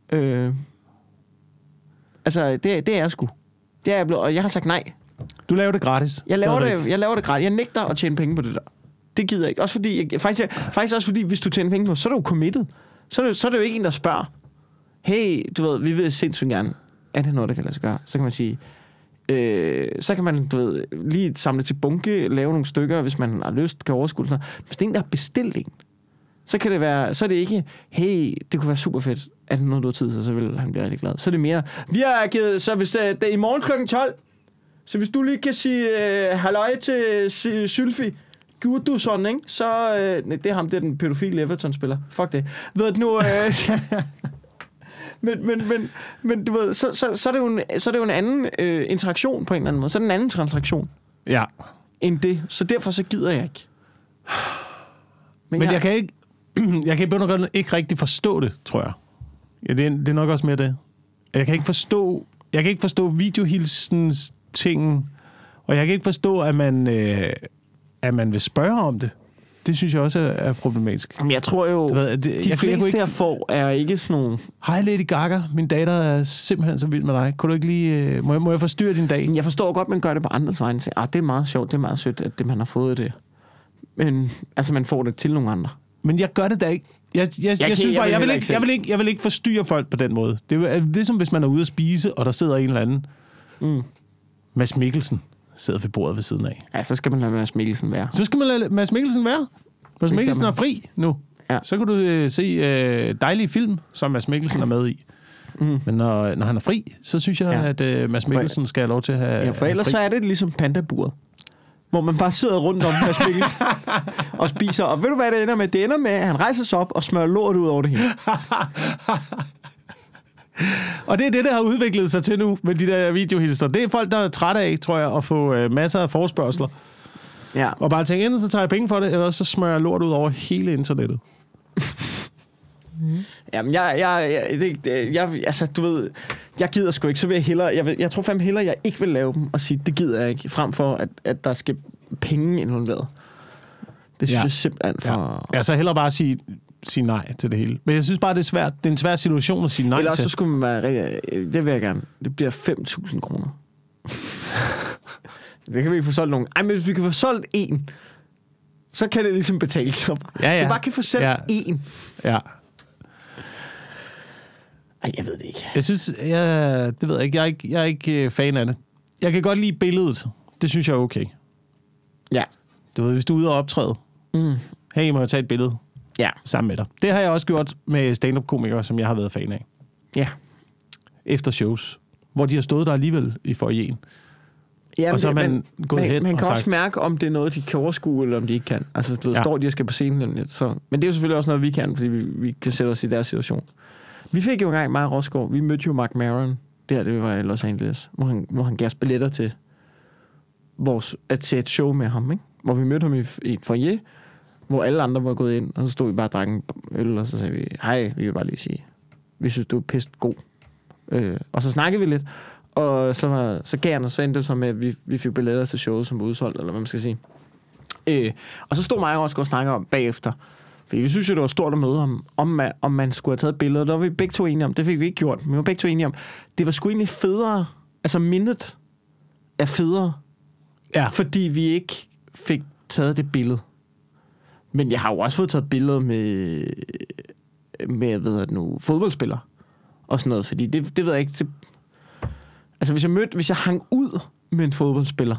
Altså, det er jeg sgu. Det er jeg blevet, og jeg har sagt nej. Du laver det gratis. Jeg laver det gratis. Jeg nægter at tjene penge på det der. Det gider jeg ikke. Også fordi, faktisk også fordi, hvis du tjener penge på, så er du jo committed. Så er det jo ikke en, der spørger. Hey, du ved, vi vil sindssygt gerne. Er det noget, der kan lade sig gøre? Så kan man sige... så kan man, du ved, lige samle til bunke, lave nogle stykker, hvis man har lyst, kan overskue sådan noget. Hvis det er en, der har bestilt en, så kan det være, så er det ikke, hey, det kunne være super fedt, er det noget, du har tid til, så vil han blive rigtig glad. Så er det mere, vi har givet, så hvis det er i morgen klokken 12, så hvis du lige kan sige halløj til Sylfi, Gudusson, ikke? Så, det er ham, det er den pædofile Everton-spiller. Fuck det. Ved du nu... Men du ved, så er det jo en anden interaktion på en eller anden måde. Så er det en anden transaktion. Ja. End det. Så derfor så gider jeg ikke. Men jeg kan ikke rigtig forstå det, tror jeg. Ja, det er nok også mere det. Jeg kan ikke forstå videohilsens ting, og jeg kan ikke forstå, at man vil spørge om det. Det synes jeg også er problematisk. Men jeg tror jo, de fleste jeg får, er ikke sådan nogle... Hej Lady Gaga, min datter er simpelthen så vild med dig. Kunne du ikke lige... Må jeg forstyrre din dag? Jeg forstår godt, man gør det på andres vegne. Det er meget sjovt, det er meget sødt, at det, man har fået det. Men altså, man får det til nogle andre. Men jeg gør det da ikke. Jeg vil ikke forstyrre folk på den måde. Det er som hvis man er ude at spise, og der sidder en eller anden. Mads Mikkelsen sidder ved bordet ved siden af. Ja, så skal man lade Mads Mikkelsen være. Så skal man lade Mads Mikkelsen være. Mads Mikkelsen er fri nu. Ja. Så kan du se dejlige film, som Mads Mikkelsen er med i. Men når han er fri, så synes jeg, at Mads Mikkelsen skal have lov til at have... Ja, for ellers så er det ligesom pandaburet, hvor man bare sidder rundt om Mads Mikkelsen og spiser. Og ved du, hvad det ender med? Det ender med, at han rejser sig op og smører lort ud over det hele. Og det er det, der har udviklet sig til nu med de der videohilser. Det er folk, der er trætte af, tror jeg, at få masser af forespørgsler. Ja. Og bare tænke, enten så tager jeg penge for det, eller så smører jeg lort ud over hele internettet. Jamen, altså, du ved, jeg gider sgu ikke, så vil jeg hellere, jeg tror fandme hellere, jeg ikke vil lave dem, og sige, det gider jeg ikke, frem for, at der skal penge involveret. Det synes jeg simpelthen for... Ja, så hellere bare sige nej til det hele. Men jeg synes bare, det er svært. Det er en svær situation at sige nej til. Ellers så skulle man være... Det vil jeg gerne. Det bliver 5.000 kroner. Det kan vi få solgt nogen. Ej, men hvis vi kan få solgt en, så kan det ligesom betale sig. Ja. Du bare kan få solgt en. Ja. Ej, jeg ved det ikke. Jeg synes... det ved jeg ikke. Jeg er ikke fan af det. Jeg kan godt lide billedet. Det synes jeg er okay. Ja. Du ved, hvis du er ude og optræde. Hey, må jeg tage et billede? Ja. Sammen med dig. Det har jeg også gjort med stand-up-komikere, som jeg har været fan af. Ja. Efter shows. Hvor de har stået der alligevel i foyeren. Ja, og så er man gået hen man og kan sagt... også mærke, om det er noget, de kan overskue, eller om de ikke kan. Altså, du ved, står de og skal på scenen lidt. Så. Men det er jo selvfølgelig også noget, vi kan, fordi vi kan sætte os i deres situation. Vi fik jo engang meget Rosgaard. Vi mødte jo Mark Maron, det var i Los Angeles, hvor han gav os billetter til et show med ham, ikke? Hvor vi mødte ham i et foyer, hvor alle andre var gået ind, og så stod vi bare og drak en øl, og så sagde vi, hej, vi vil bare lige sige, vi synes, du er pisse god. Og så snakkede vi lidt, og så gav han, og så endte det så med, at vi fik billetter til showet, som var udsolgt, eller hvad man skal sige. Og så stod mig også og snakke om bagefter, fordi vi synes jo, det var stort at møde ham, om man skulle have taget billeder. Der var vi begge to enige om, det fik vi ikke gjort, men vi var begge to enige om, det var sgu egentlig federe, altså mindet er federe, fordi vi ikke fik taget det billede. Men jeg har jo også fået taget billeder med fodboldspillere og sådan noget, fordi det ved jeg ikke. Altså hvis jeg hang ud med en fodboldspiller,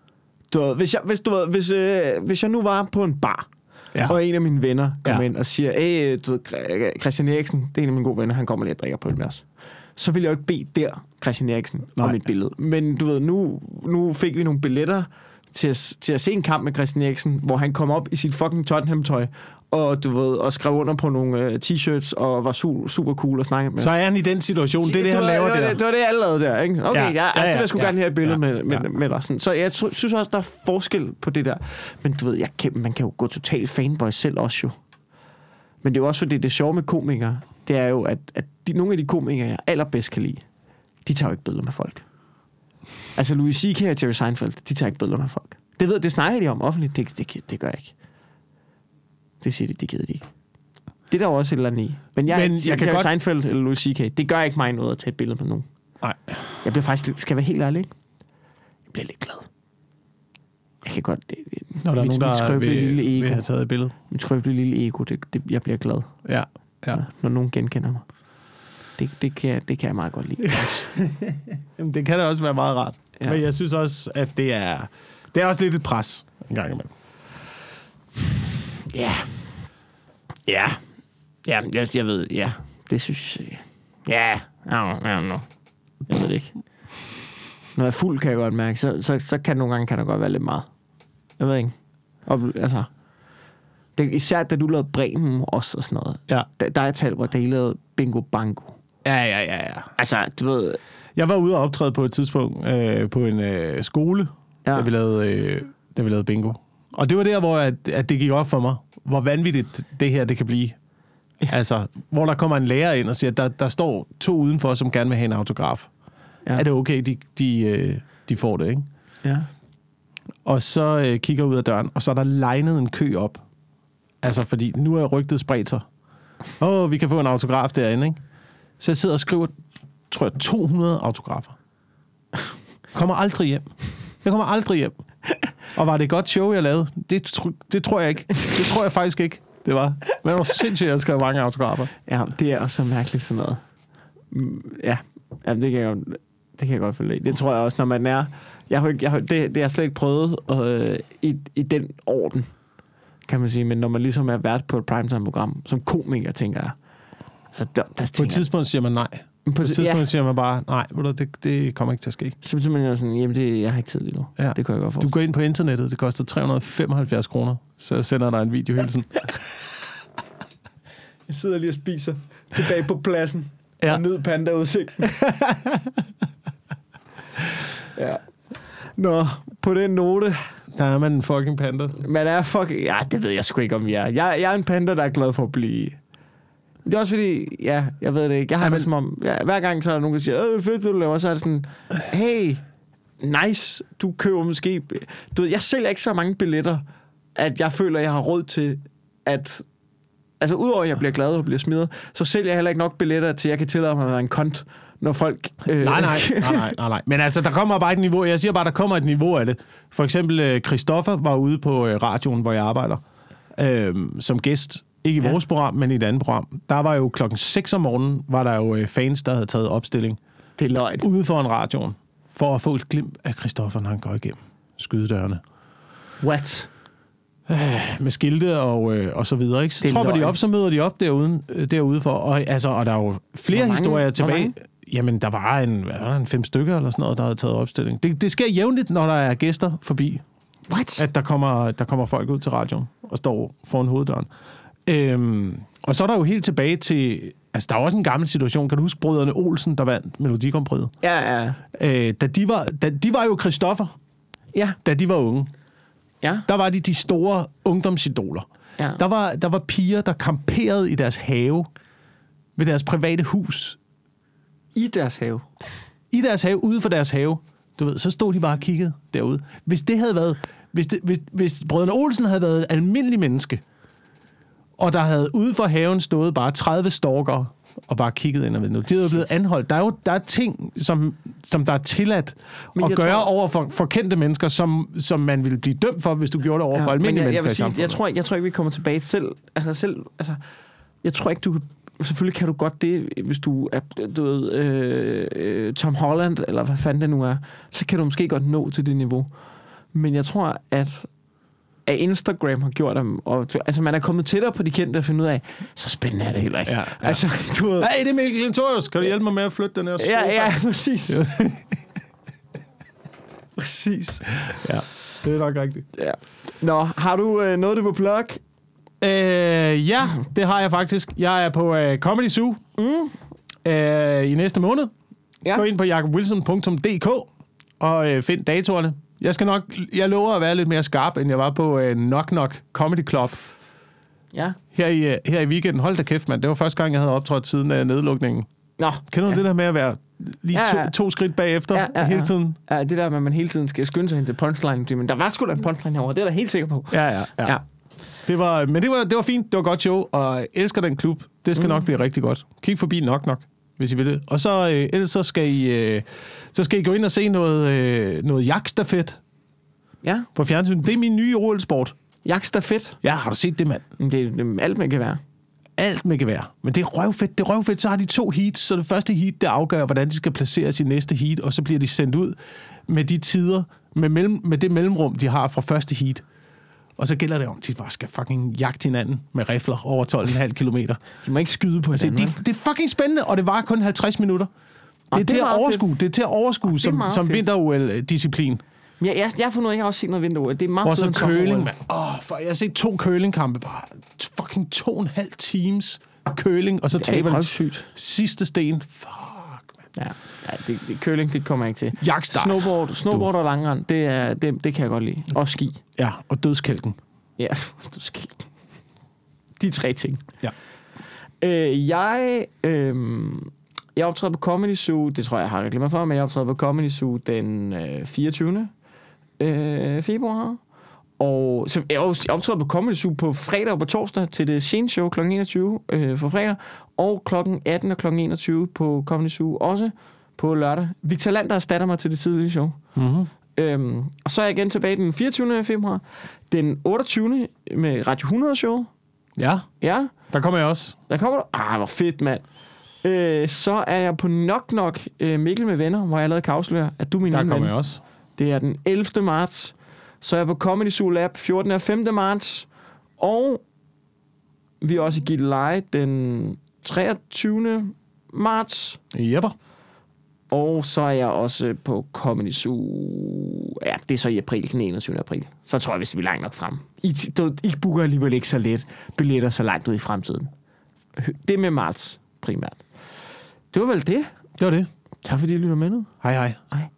hvis jeg nu var på en bar, og en af mine venner kommer ind og siger, Christian Eriksen, det er en af mine gode venner, han kommer lige og drikker på det med os. Så vil jeg jo ikke bede Christian Eriksen om et billede. Men du ved, nu fik vi nogle billetter til at se en kamp med Christian Eriksen, hvor han kom op i sit fucking Tottenham-tøj, og du ved, og skrev under på nogle t-shirts, og var super cool og snakkede med. Så er han i den situation, det er det, han laver der. Det var det, alle lavede der, ikke? Okay, jeg skulle gerne have et billede med dig. Sådan. Så jeg synes også, der er forskel på det der. Men du ved, man kan jo gå totalt fanboy selv også jo. Men det er jo også, fordi det sjove med komikere, det er jo, at nogle af de komikere, jeg allerbedst kan lide, de tager jo ikke billeder med folk. Altså Louis C.K. og Jerry Seinfeld, de tager ikke billeder med folk. Det snakker de om offentligt. Det gør jeg ikke. Det siger de gider de ikke. Det er der også et eller andet i. Men jeg kan Jerry Seinfeld eller Louis C.K., det gør ikke mig noget at tage et billede med nogen. Nej. Jeg bliver faktisk, skal jeg være helt ærlig, ikke? Jeg bliver lidt glad. Jeg kan godt... Når der er nogen, der vil have taget et billede. Mit skrøbelige lille ego, jeg bliver glad. Ja. Når nogen genkender mig. Det kan jeg meget godt lide. Jamen, det kan da også være meget rart. Ja. Men jeg synes også, at det er også lidt et pres en gang imellem. Ja. Jeg ved, ja. Det synes jeg. Ja. Jeg ved det ikke. Når jeg er fuld, kan jeg godt mærke, så kan nogle gange kan der godt være lidt meget. Jeg ved ikke. Altså, især da du lavede Bremen også og sådan noget. Ja. Der er talt, hvor der lavede Bingo Bango. Ja. Altså, du ved... Jeg var ude og optræde på et tidspunkt på en skole, da vi lavede bingo. Og det var der, hvor at det gik op for mig, hvor vanvittigt det her det kan blive. Ja. Altså, hvor der kommer en lærer ind og siger, at der står 2 udenfor, som gerne vil have en autograf. Ja. Er det okay, de får det, ikke? Ja. Og så kigger ud af døren, og så er der legnet en kø op. Altså, fordi nu er rygtet spredt sig. Vi kan få en autograf derinde, ikke? Så jeg sidder og skriver, tror jeg, 200 autografer. Kommer aldrig hjem. Jeg kommer aldrig hjem. Og var det et godt show, jeg lavede? Det tror jeg ikke. Det tror jeg faktisk ikke, det var. Men det var sindssygt, at jeg skrev mange autografer. Ja, det er også så mærkeligt sådan noget. Ja, det kan jeg godt følge i. Det tror jeg også, når man er... Det har jeg slet ikke prøvet i den orden, kan man sige. Men når man ligesom er vært på et primetime-program, som komiker, tænker jeg. Så på et tidspunkt siger man nej. På et tidspunkt siger man bare, nej, det kommer ikke til at ske. Så simpelthen er sådan, jamen jeg har ikke tid lige nu. Ja. Det kan jeg godt forstå. Du går ind på internettet, det koster 375 kroner, så sender der en video hele tiden. Jeg sidder lige og spiser tilbage på pladsen. Og nyd pandaudsigten. Ja. Nå, på den note... Der er man en fucking panda. Man er fucking... Ja, det ved jeg sgu ikke, om jeg er. Jeg er en panda, der er glad for at blive... Det er også fordi... Ja, jeg ved det ikke. Jeg har det som om... Ja, hver gang så er der nogen, der siger, fedt, du laver. Så er det sådan... Hey, nice. Du køber måske... Du ved, jeg sælger ikke så mange billetter, at jeg føler, jeg har råd til at... Altså, udover at jeg bliver glad og bliver smidt, så sælger jeg heller ikke nok billetter til, at jeg kan tillade mig at være en kont, når folk... Nej. Men altså, der kommer bare et niveau. Jeg siger bare, der kommer et niveau af det. For eksempel, Christoffer var ude på radioen, hvor jeg arbejder, som gæst. Ikke i vores program, men i et andet program. Der var jo 6:00 om morgenen, var der jo fans, der havde taget opstilling. Det er løgn. Ude foran radioen, for at få et glimt af Christoffer, når han går igennem skydedørene. What? Med skilte og så videre, ikke? Så tropper de op, så møder de op derude for. Og der er jo flere historier tilbage. Jamen, der var en 5 stykker eller sådan noget, der havde taget opstilling. Det sker jævnligt, når der er gæster forbi. What? At der kommer folk ud til radioen og står foran hoveddøren. Og så er der jo helt tilbage til... Altså, der er også en gammel situation. Kan du huske brødrene Olsen, der vandt Melodi Grand Prix? Ja. Da de var jo Christoffer, da de var unge. Ja. Der var de store ungdomsidoler. Ja. Der var piger, der camperede i deres have, ved deres private hus. I deres have? I deres have, ude for deres have. Du ved, så stod de bare og kiggede derude. Hvis det havde været... Hvis brødrene Olsen havde været et almindeligt menneske, og der havde ude for haven stået bare 30 stalkere og bare kigget ind ad vinduet. De er jo blevet anholdt. Der er ting, som der er tilladt at gøre over for kendte mennesker, som man ville blive dømt for, hvis du gjorde det over for almindelige mennesker i samfundet. Jeg tror ikke, vi kommer tilbage selv. Jeg tror ikke, du kan... Selvfølgelig kan du godt det, hvis du er Tom Holland, eller hvad fanden det nu er, så kan du måske godt nå til det niveau. Men jeg tror, at Instagram har gjort dem, og altså man er kommet tættere på de kendte at finde ud af, så spændende er det heller ikke. Ja. Altså, du ved... Hey, det er Mikkel Klintorius. Kan du hjælpe mig med at flytte den her sofa? Ja, præcis. Præcis. Ja, det er nok rigtigt. Ja. Nå, har du noget, du vil plukke? Ja, det har jeg faktisk. Jeg er på Comedy Zoo i næste måned. Ja. Gå ind på jakobwilson.dk og find datorerne. Jeg lover at være lidt mere skarp, end jeg var på Knock Knock Comedy Club. Ja. Her i weekenden. Hold da kæft, mand. Det var første gang, jeg havde optrådt siden nedlukningen. Nå. Kender du det der med at være lige to skridt bagefter hele tiden? Ja, det der med, at man hele tiden skal skynde sig hen til punchline. Men der var sgu da en punchline herovre. Det er jeg da helt sikker på. Ja. Det var fint. Det var godt show, og jeg elsker den klub. Det skal nok blive rigtig godt. Kig forbi Knock Knock, hvis I vil det. Og så ellers så skal I gå ind og se noget jagtstafet. Ja. På fjernsyn. Det er min nye OL-sport. Jagtstafet? Ja, har du set det, mand? Det er alt med gevær. Alt med gevær. Men det er røvfedt. Så har de 2 heats. Så det første heat, det afgør, hvordan de skal placeres i næste heat, og så bliver de sendt ud med de tider, med det mellemrum, de har fra første heat. Og så gælder det om, at de bare skal fucking jagte hinanden med rifler over 12,5 kilometer. De må ikke skyde på hinanden. Det er fucking spændende, og det var kun 50 minutter. Det er til at overskue som vinter-OL-disciplin. Ja, jeg har fundet ud af, jeg har også set noget vinter-OL. Det er meget fedt. Og så curling, mand. Jeg har set 2 curlingkampe, bare fucking 2,5 times curling, og så taber de sidste sten. Fuck, mand. Ja, det curling, det kommer jeg ikke til. Jagtstart. Snowboard og langrend, det kan jeg godt lide. Og ski. Ja, og dødskælken. Ja, dødskælken. De 3 ting. Ja. Jeg optræder på Comedy Zoo, det tror jeg har reklameret for, men jeg optræder på Comedy Zoo den 24. Februar. Og så jeg optræder på Comedy Zoo på fredag og på torsdag til det Scene Show kl. 21 for fredag, og kl. 18 og kl. 21 på Comedy Zoo også på lørdag. Victor Lander erstatter mig til det tidlige show. Mm-hmm. Og så er jeg igen tilbage den 24. februar. Den 28. med Radio 100 show. Ja, der kommer jeg også. Der kommer du? Hvor fedt, mand. Så er jeg på Knock Knock Mikkel med venner, hvor jeg lavede Kavslør. Er du min der ven? Der kommer jeg også. Det er den 11. marts. Så er jeg på Comedy Zoo Lab 14. og 5. marts. Og vi er også i Gilleleje den 23. marts. Jepper. Og så er jeg også på Comedy Zoo... Ja, det er så i april, den 21. april. Så tror jeg, hvis vi er langt nok frem. I booker alligevel ikke så let billetter så langt ud i fremtiden. Det med marts primært. Det var vel det. Det var det. Tak fordi I lytter med nu. Hej. Hej.